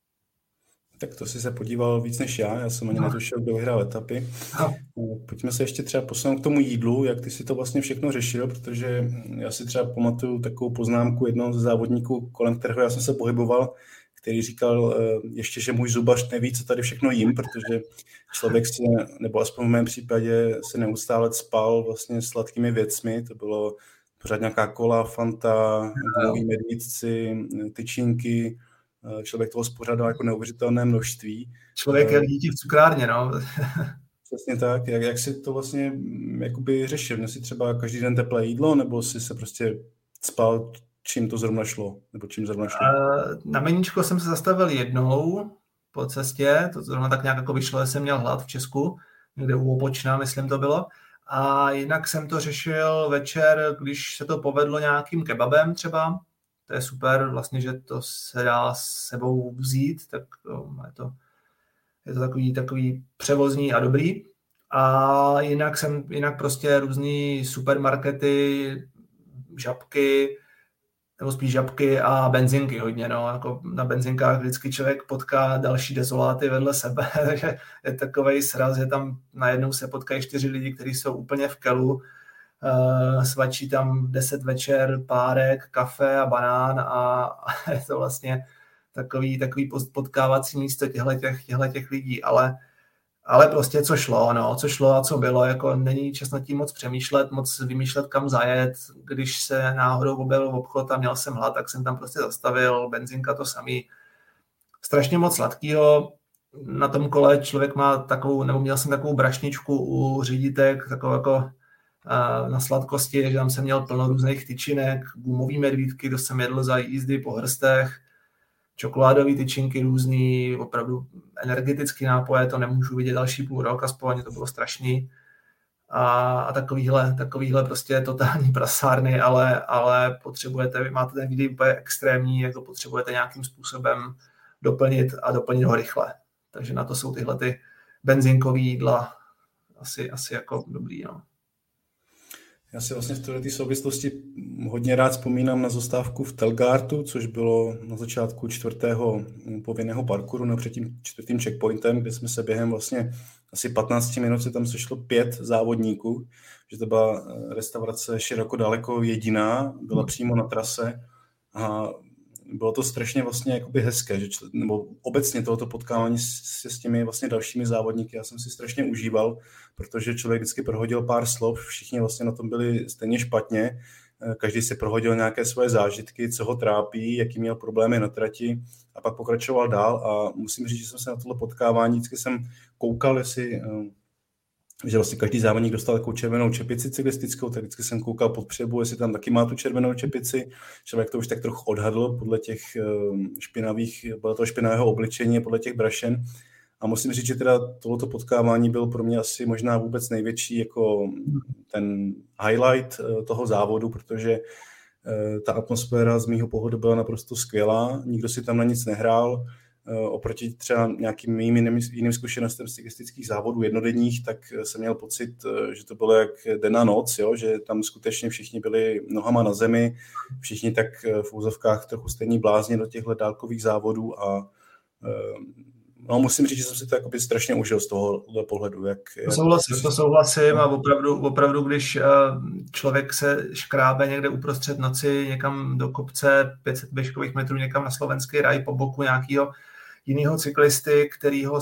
Tak to jsi se podíval víc než já jsem ani netušil, kdo vyhrál etapy. Pojďme se ještě třeba posunout k tomu jídlu, jak ty si to vlastně všechno řešil, protože já si třeba pamatuju takovou poznámku jednoho ze závodníků, kolem kterého já jsem se pohyboval, který říkal ještě, že můj zubař neví, co tady všechno jím, protože člověk se, nebo aspoň v mém případě, se neustále spal vlastně sladkými věcmi, to bylo pořád nějaká kola, Fanta, gumoví medvídci, tyčinky, člověk toho spořádal jako neuvěřitelné množství. Člověk je dítě v cukrárně, no. Přesně tak. Jak si to vlastně jakoby řešil? Měl si třeba každý den teplé jídlo, nebo si se prostě spal, čím to zrovna šlo? Nebo čím zrovna šlo? Na meníčko jsem se zastavil jednou po cestě, to zrovna tak nějak jako vyšlo, že jsem měl hlad v Česku, někde u Opočna, myslím to bylo. A jinak jsem to řešil večer, když se to povedlo nějakým kebabem třeba. To je super, vlastně, že to se dá s sebou vzít, tak je to takový převozní a dobrý. A jinak prostě různý supermarkety, žabky, nebo spíš žabky a benzinky hodně. No. Jako na benzinkách vždycky člověk potká další dezoláty vedle sebe, takže je takovej sraz, že tam najednou se potkají 4 lidi, kteří jsou úplně v kelu, svačí tam 10 večer párek, kafe a banán a je to vlastně takový potkávací místo těchto lidí, ale prostě co šlo a co bylo, jako není čas nad tím moc přemýšlet, moc vymýšlet, kam zajet. Když se náhodou objevil v obchod a měl jsem hlad, tak jsem tam prostě zastavil, benzinka to samý. Strašně moc sladkýho. Na tom kole člověk má měl jsem takovou brašničku u řídítek, takovou jako na sladkosti, že tam jsem měl plno různých tyčinek, gumový medvídky, to jsem jedl za jízdy po hrstech, čokoládové tyčinky různý, opravdu energetický nápoje, to nemůžu vidět další půl rok, aspoň to bylo strašný. A takovýhle prostě totální prasárny, ale potřebujete, vy máte ten výdej úplně extrémní, jako potřebujete nějakým způsobem doplnit ho rychle. Takže na to jsou tyhle ty benzinkové jídla asi jako dobrý, no. Já si vlastně v této souvislosti hodně rád vzpomínám na zastávku v Telgartu, což bylo na začátku 4. povinného parkouru před tím 4. checkpointem, kde jsme se během vlastně asi 15 minut se tam sešlo 5 závodníků, že to byla restaurace široko daleko jediná, byla přímo na trase a bylo to strašně vlastně jakoby hezké, nebo obecně tohoto potkávání s těmi vlastně dalšími závodníky já jsem si strašně užíval, protože člověk vždycky prohodil pár slov, všichni vlastně na tom byli stejně špatně, každý si prohodil nějaké svoje zážitky, co ho trápí, jaký měl problémy na trati a pak pokračoval dál a musím říct, že jsem se na tohle potkávání vždycky jsem koukal, že vlastně každý závodník dostal takovou červenou čepici cyklistickou, tak vždycky jsem koukal pod přebu, jestli tam taky má tu červenou čepici. Člověk to už tak trochu odhadl podle těch podle špinavého obličení, podle těch brašen. A musím říct, že teda tohleto potkávání byl pro mě asi možná vůbec největší jako ten highlight toho závodu, protože ta atmosféra z mýho pohledu byla naprosto skvělá, nikdo si tam na nic nehrál. Oproti třeba nějakým mým jiným zkušenostem z cyklistických závodů jednodenních, tak jsem měl pocit, že to bylo jak den a noc, jo? Že tam skutečně všichni byli nohama na zemi, všichni tak v úzovkách trochu stejný blázni do těchto dálkových závodů a musím říct, že jsem si to jakoby strašně užil z tohohle pohledu. To souhlasím a opravdu, když člověk se škrábe někde uprostřed noci někam do kopce 500 běžkových metrů, někam na slovenský raj po boku nějakého jiného cyklisty, kterýho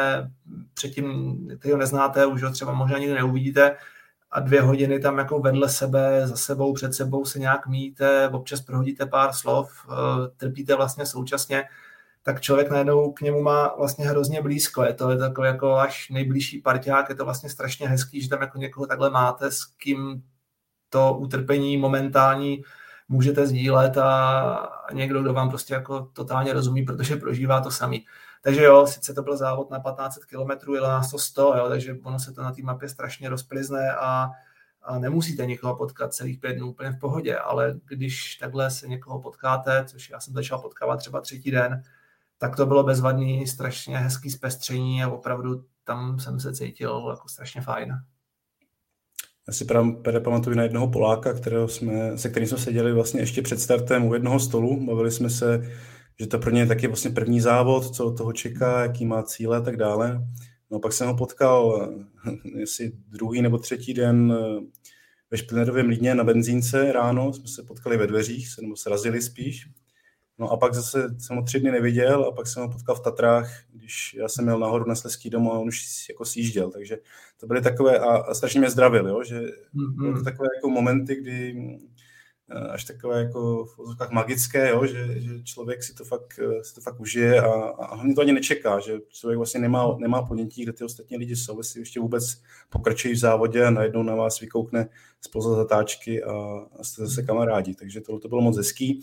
neznáte, už ho třeba možná nikdy neuvidíte a 2 hodiny tam jako vedle sebe, za sebou, před sebou se nějak míjíte, občas prohodíte pár slov, trpíte vlastně současně, tak člověk najednou k němu má vlastně hrozně blízko. Je to takový jako až nejbližší parťák, je to vlastně strašně hezký, že tam jako někoho takhle máte, s kým to utrpení momentální můžete sdílet a někdo, kdo vám prostě jako totálně rozumí, protože prožívá to samý. Takže jo, sice to byl závod na 1500 km, jelo nás to 100, jo, takže ono se to na té mapě strašně rozplizne a nemusíte někoho potkat celých 5 dnů úplně v pohodě, ale když takhle se někoho potkáte, což já jsem začal potkávat třeba 3. den, tak to bylo bezvadný, strašně hezký zpestření a opravdu tam jsem se cítil jako strašně fajn. Já si právě pamatuju na jednoho Poláka, se kterým jsme seděli vlastně ještě před startem u jednoho stolu. Bavili jsme se, že to pro ně je taky vlastně první závod, co toho čeká, jaký má cíle a tak dále. No a pak jsem ho potkal jestli 2. nebo 3. den ve Špilnerově Mlýně na benzínce ráno. Jsme se potkali ve dveřích, nebo se razili spíš. No a pak zase jsem ho 3 dny neviděl a pak jsem ho potkal v Tatrách, když já jsem měl nahoru na Slezský dom a on už jako sjížděl, takže to byly takové a strašně mě zdravil, jo? Že byly to takové jako momenty, kdy až takové jako v ozvukách magické, jo? Že člověk si to fakt užije a hlavně to ani nečeká, že člověk vlastně nemá ponětí, kde ty ostatní lidi jsou, jestli ještě vůbec pokračují v závodě a najednou na vás vykoukne zpoza zatáčky a jste zase kamarádi, takže to bylo moc hezký.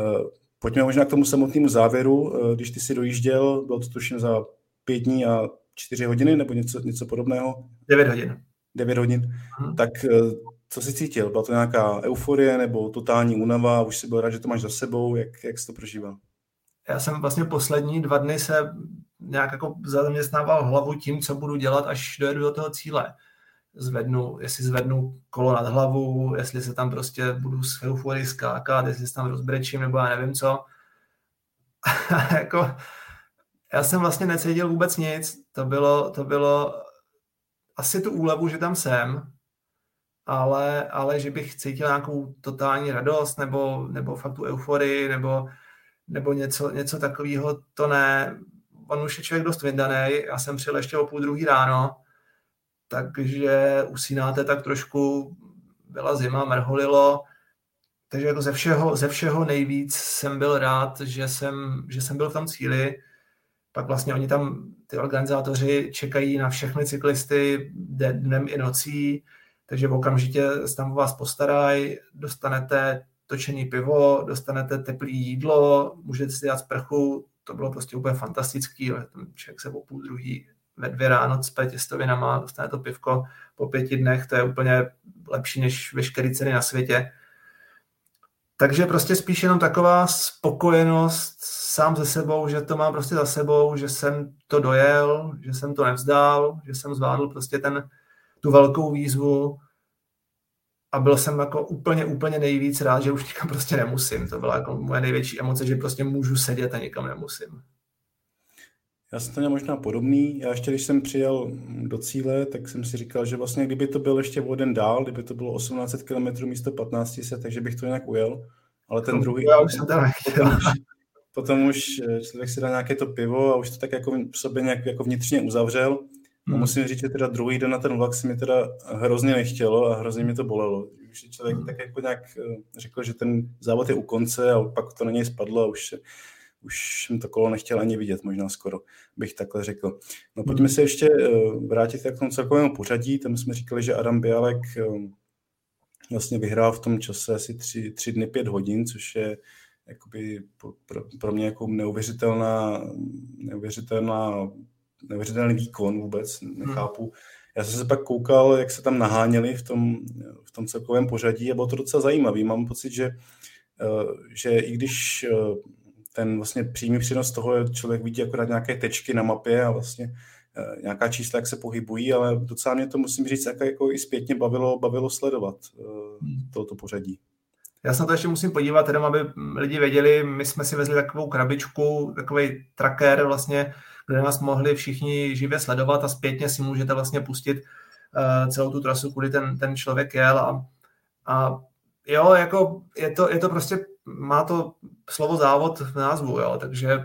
Pojďme možná k tomu samotnému závěru. Když ty si dojížděl, bylo to tuším za 5 dní a 4 hodiny nebo něco podobného? 9 hodin. 9 hodin. Tak co jsi cítil? Byla to nějaká euforie nebo totální únava? Už jsi byl rád, že to máš za sebou? Jak jsi to prožíval? Já jsem vlastně poslední 2 dny se nějak jako zaměstnával hlavu tím, co budu dělat, až dojedu do toho cíle. Jestli zvednu kolo nad hlavu, jestli se tam prostě budu s euforii skákat, jestli se tam rozbrečím, nebo já nevím co. Jako, já jsem vlastně necítil vůbec nic. To bylo asi tu úlevu, že tam jsem, ale že bych cítil nějakou totální radost, nebo fakt tu euforii, nebo něco takového, to ne. On už je člověk dost vyndaný, já jsem přijel ještě o 2:30 ráno, takže usínáte tak trošku, byla zima, mrholilo, takže jako ze všeho nejvíc jsem byl rád, že jsem byl v tom cíli. Pak vlastně oni tam, ty organizátoři, čekají na všechny cyklisty dnem i nocí, takže okamžitě se tam o vás postarají, dostanete točený pivo, dostanete teplý jídlo, můžete si dát sprchu, to bylo prostě úplně fantastický, člověk se o 2:30 ve 2 ráno cpe těstovinama, dostane to pivko po 5 dnech, to je úplně lepší než veškeré ceny na světě. Takže prostě spíš jenom taková spokojenost sám ze sebou, že to mám prostě za sebou, že jsem to dojel, že jsem to nevzdál, že jsem zvládl prostě tu velkou výzvu a byl jsem jako úplně nejvíc rád, že už nikam prostě nemusím. To byla jako moje největší emoce, že prostě můžu sedět a nikam nemusím. Já jsem to měl možná podobný. Já ještě, když jsem přijel do cíle, tak jsem si říkal, že vlastně kdyby to byl ještě o den dál, kdyby to bylo 1800 km místo 1500, takže bych to nějak ujel. Ale ten druhý... Já už jsem tam nechtěl. Potom už člověk si dá nějaké to pivo a už to tak jako v sobě nějak jako vnitřně uzavřel. A musím říct, že teda druhý den na ten vlak se mi teda hrozně nechtělo a hrozně mi to bolelo. Už člověk tak jako nějak řekl, že ten závod je u konce a pak to na něj spadlo a už jsem to kolo nechtěl ani vidět, možná skoro bych takhle řekl. No pojďme se ještě vrátit k tomu celkovému pořadí. Tam jsme říkali, že Adam Bialek vlastně vyhrál v tom čase asi 3 dny 5 hodin, což je jakoby pro mě jako neuvěřitelný výkon vůbec, nechápu. Já jsem se pak koukal, jak se tam naháněli v tom celkovém pořadí a bylo to docela zajímavý. Mám pocit, že i když ten vlastně přímý přenos toho člověk vidí akorát nějaké tečky na mapě a vlastně nějaká čísla, jak se pohybují, ale docela mě to, musím říct, jako i zpětně bavilo sledovat tohoto pořadí. Já se na to ještě musím podívat, jenom aby lidi věděli, my jsme si vezli takovou krabičku, takový tracker vlastně, kde nás mohli všichni živě sledovat a zpětně si můžete vlastně pustit celou tu trasu, kudy ten člověk jel a jo, jako je to prostě, má to slovo závod v názvu, jo, takže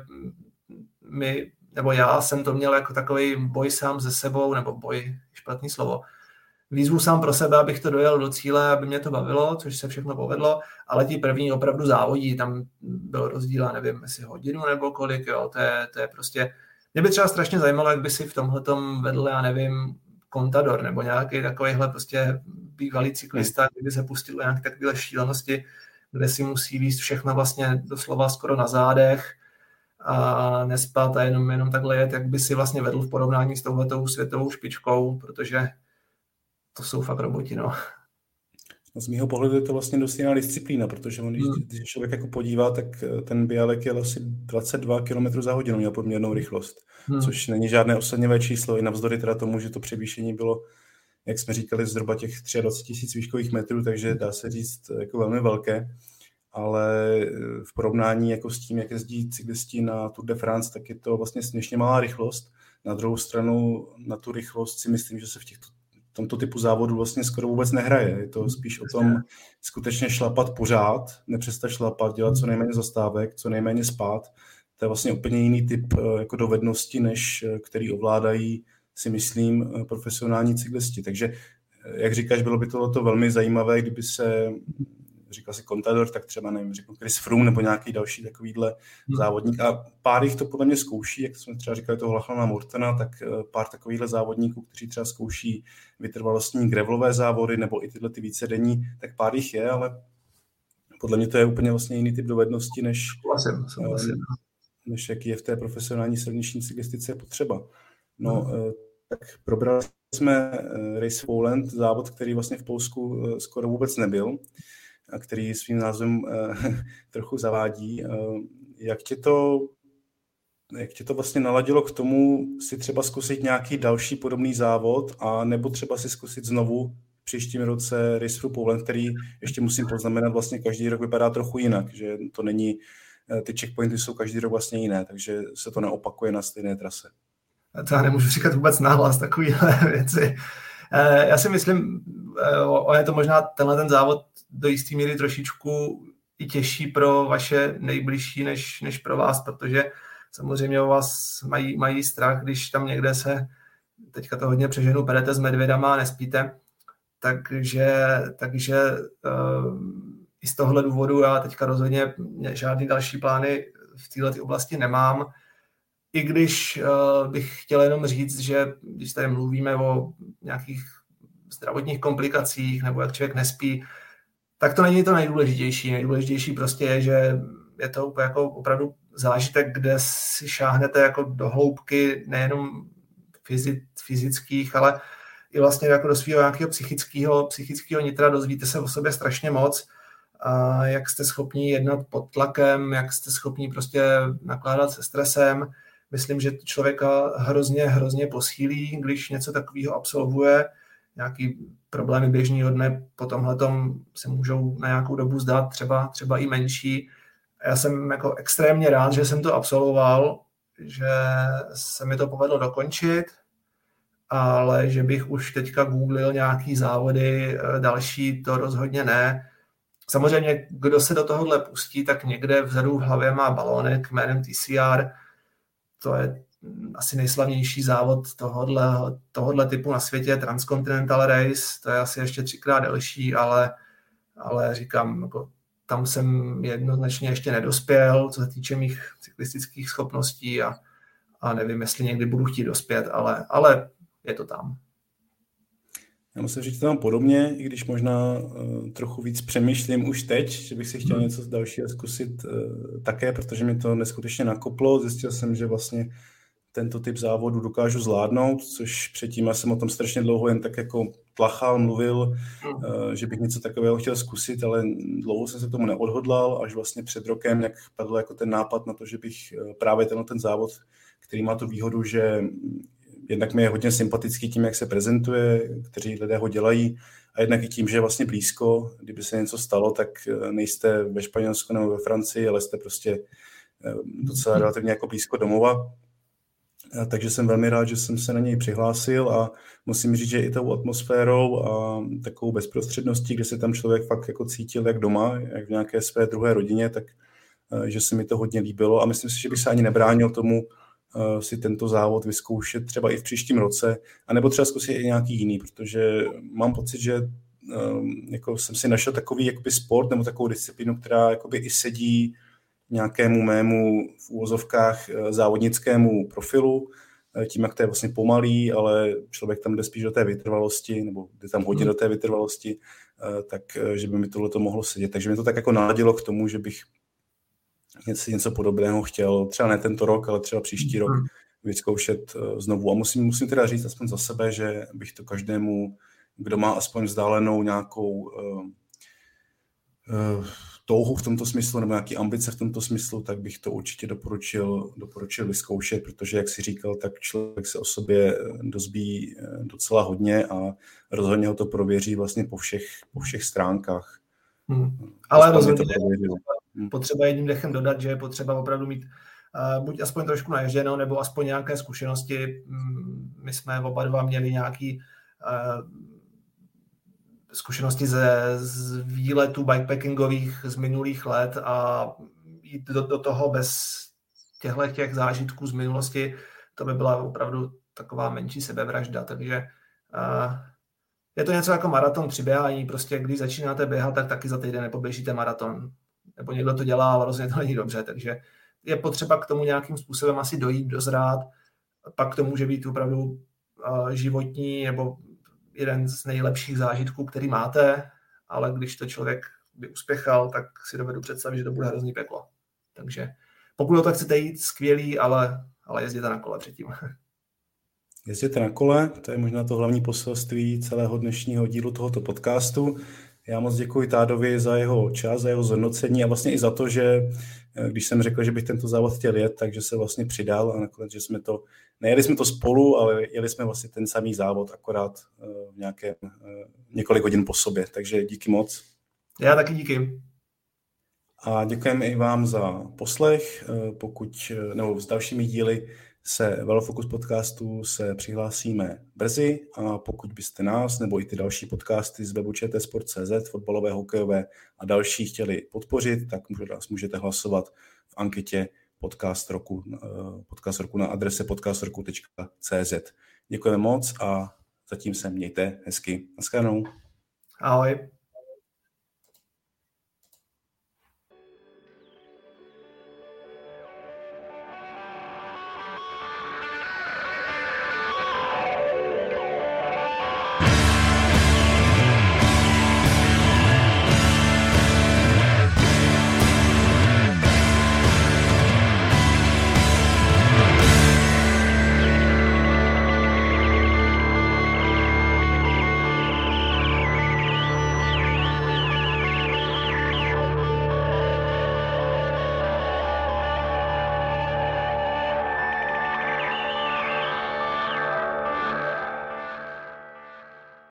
já jsem to měl jako takový boj sám ze sebou, nebo boj, špatný slovo, výzvu sám pro sebe, abych to dojel do cíle, aby mě to bavilo, což se všechno povedlo, ale ti první opravdu závodí, tam byl rozdíl, nevím, jestli hodinu nebo kolik, jo, to je prostě, mě by třeba strašně zajímalo, jak by si v tomhletom vedl, já nevím, Contador nebo nějaký takovýhle prostě bývalý cyklista, kdyby se pustil do nějaké takové šílenosti, kde si musí víct všechno vlastně doslova skoro na zádech a nespat a jenom takhle jet, jak by si vlastně vedl v porovnání s touhletou světovou špičkou, protože to jsou fakt roboti, no. Z mýho pohledu je to vlastně dost jiná disciplína, protože když člověk jako podívá, tak ten Bialek jel asi 22 km za hodinu, měl poměrnou rychlost, což není žádné oslnivé číslo, i navzdory teda tomu, že to převýšení bylo, jak jsme říkali, zhruba těch 23 000 výškových metrů, takže dá se říct jako velmi velké, ale v porovnání jako s tím, jak jezdí cyklisti na Tour de France, tak je to vlastně směšně malá rychlost. Na druhou stranu na tu rychlost si myslím, že se v tomto typu závodu vlastně skoro vůbec nehraje. Je to spíš o tom skutečně šlapat pořád, nepřestat šlapat, dělat co nejméně zastávek, co nejméně spát. To je vlastně úplně jiný typ jako dovednosti, než který ovládají, si myslím, profesionální cyklisti. Takže, jak říkáš, bylo by to velmi zajímavé, kdyby se, říkal si Contador, tak třeba, nevím, řeknu Chris Froome nebo nějaký další takovýhle závodník. A pár jich to podle mě zkouší, jak jsme třeba říkali toho Lachlana Mortena, tak pár takovýchhle závodníků, kteří třeba zkouší vytrvalostní gravelové závody nebo i tyhle ty vícedenní, tak pár jich je, ale podle mě to je úplně vlastně jiný typ dovednosti, než jaký je v té profesionální silniční cyklistice potřeba. No, tak probrali jsme Race Poland, závod, který vlastně v Polsku skoro vůbec nebyl a který svým názvem trochu zavádí. Jak tě to vlastně naladilo k tomu si třeba zkusit nějaký další podobný závod a nebo třeba si zkusit znovu v příštím roce Race through Poland, který ještě musím poznamenat, vlastně každý rok vypadá trochu jinak, že to není, ty checkpointy jsou každý rok vlastně jiné, takže se to neopakuje na stejné trase. To já nemůžu říkat vůbec nahlas takovýhle věci. Já si myslím, je to možná ten závod do jistý míry trošičku i těžší pro vaše nejbližší než pro vás, protože samozřejmě o vás mají strach, když tam někde se, teďka to hodně přeženu, perete s medvědama a nespíte, takže i z tohohle důvodu já teďka rozhodně žádný další plány v této oblasti nemám. I když bych chtěl jenom říct, že když tady mluvíme o nějakých zdravotních komplikacích nebo jak člověk nespí, tak to není to nejdůležitější. Nejdůležitější prostě je, že je to jako opravdu zážitek, kde si šáhnete jako do hloubky nejenom fyzických, ale i vlastně jako do svého nějakého psychického nitra, dozvíte se o sobě strašně moc, a jak jste schopni jednat pod tlakem, jak jste schopni prostě nakládat se stresem. Myslím, že to člověka hrozně posílí, když něco takového absolvuje. Nějaký problémy běžného dne po tomhletom se můžou na nějakou dobu zdát třeba i menší. Já jsem jako extrémně rád, že jsem to absolvoval, že se mi to povedlo dokončit, ale že bych už teďka googlil nějaký závody další, to rozhodně ne. Samozřejmě, kdo se do tohohle pustí, tak někde vzadu v hlavě má balónek jménem TCR. To je asi nejslavnější závod tohohle typu na světě, Transcontinental Race, to je asi ještě 3x delší, ale říkám, jako, tam jsem jednoznačně ještě nedospěl, co se týče mých cyklistických schopností a nevím, jestli někdy budu chtít dospět, ale je to tam. Já musím říct, že to mám podobně, i když možná trochu víc přemýšlím už teď, že bych si chtěl něco dalšího zkusit také, protože mě to neskutečně nakoplo. Zjistil jsem, že vlastně tento typ závodu dokážu zvládnout, což předtím já jsem o tom strašně dlouho jen tak jako tlachal, mluvil, že bych něco takového chtěl zkusit, ale dlouho jsem se tomu neodhodlal, až vlastně před rokem, jak padl jako ten nápad na to, že bych právě ten závod, který má tu výhodu, že jednak mi je hodně sympatický tím, jak se prezentuje, kteří lidé ho dělají, a jednak i tím, že je vlastně blízko. Kdyby se něco stalo, tak nejste ve Španělsku nebo ve Francii, ale jste prostě docela relativně jako blízko domova. Takže jsem velmi rád, že jsem se na něj přihlásil a musím říct, že i tou atmosférou a takovou bezprostředností, kde se tam člověk fakt jako cítil jak doma, jak v nějaké své druhé rodině, tak že se mi to hodně líbilo a myslím si, že bych se ani nebránil tomu si tento závod vyzkoušet třeba i v příštím roce, anebo třeba zkusit i nějaký jiný, protože mám pocit, že jako jsem si našel takový jakoby sport nebo takovou disciplínu, která jakoby i sedí nějakému mému v úvozovkách závodnickému profilu, tím, jak to je vlastně pomalý, ale člověk tam jde spíš do té vytrvalosti, nebo jde tam hodně do té vytrvalosti, tak že by mi tohleto mohlo sedět. Takže mě to tak jako naladilo k tomu, že bych něco podobného chtěl, třeba ne tento rok, ale třeba příští rok vyzkoušet znovu. A musím teda říct aspoň za sebe, že bych to každému, kdo má aspoň vzdálenou nějakou touhu v tomto smyslu nebo nějaký ambice v tomto smyslu, tak bych to určitě doporučil vyzkoušet, protože, jak jsi říkal, tak člověk se o sobě dozví docela hodně a rozhodně ho to prověří vlastně po všech stránkách. Ale rozhodně potřeba jedním dechem dodat, že je potřeba opravdu mít buď aspoň trošku naježděno, nebo aspoň nějaké zkušenosti. My jsme oba dva měli nějaké zkušenosti z výletů bikepackingových z minulých let a jít do toho bez těch zážitků z minulosti, to by byla opravdu taková menší sebevražda. Takže je to něco jako maraton při běhání. Prostě když začínáte běhat, tak taky za týden nepoběžíte maraton. Nebo někdo to dělá, ale rozhodně to není dobře. Takže je potřeba k tomu nějakým způsobem asi dojít, dozrát. Pak to může být opravdu životní nebo jeden z nejlepších zážitků, který máte, ale když to člověk by uspěchal, tak si dovedu představit, že to bude hrozný peklo. Takže pokud o to chcete jít, skvělý, ale jezděte na kole předtím. Jezděte na kole, to je možná to hlavní poselství celého dnešního dílu tohoto podcastu. Já moc děkuji Tádovi za jeho čas, za jeho zhodnocení a vlastně i za to, že když jsem řekl, že bych tento závod chtěl jet, takže se vlastně přidal a nakonec, že nejeli jsme to spolu, ale jeli jsme vlastně ten samý závod, akorát v několik hodin po sobě. Takže díky moc. Já taky díky. A děkujeme i vám za poslech. Nebo s dalšími díly Velofocus podcastu se přihlásíme brzy a pokud byste nás nebo i ty další podcasty z webu čtsport.cz, fotbalové, hokejové a další chtěli podpořit, tak můžete hlasovat v anketě podcast roku na adrese podcastroku.cz. Děkujeme moc a zatím se mějte hezky. Naschledanou. Ahoj.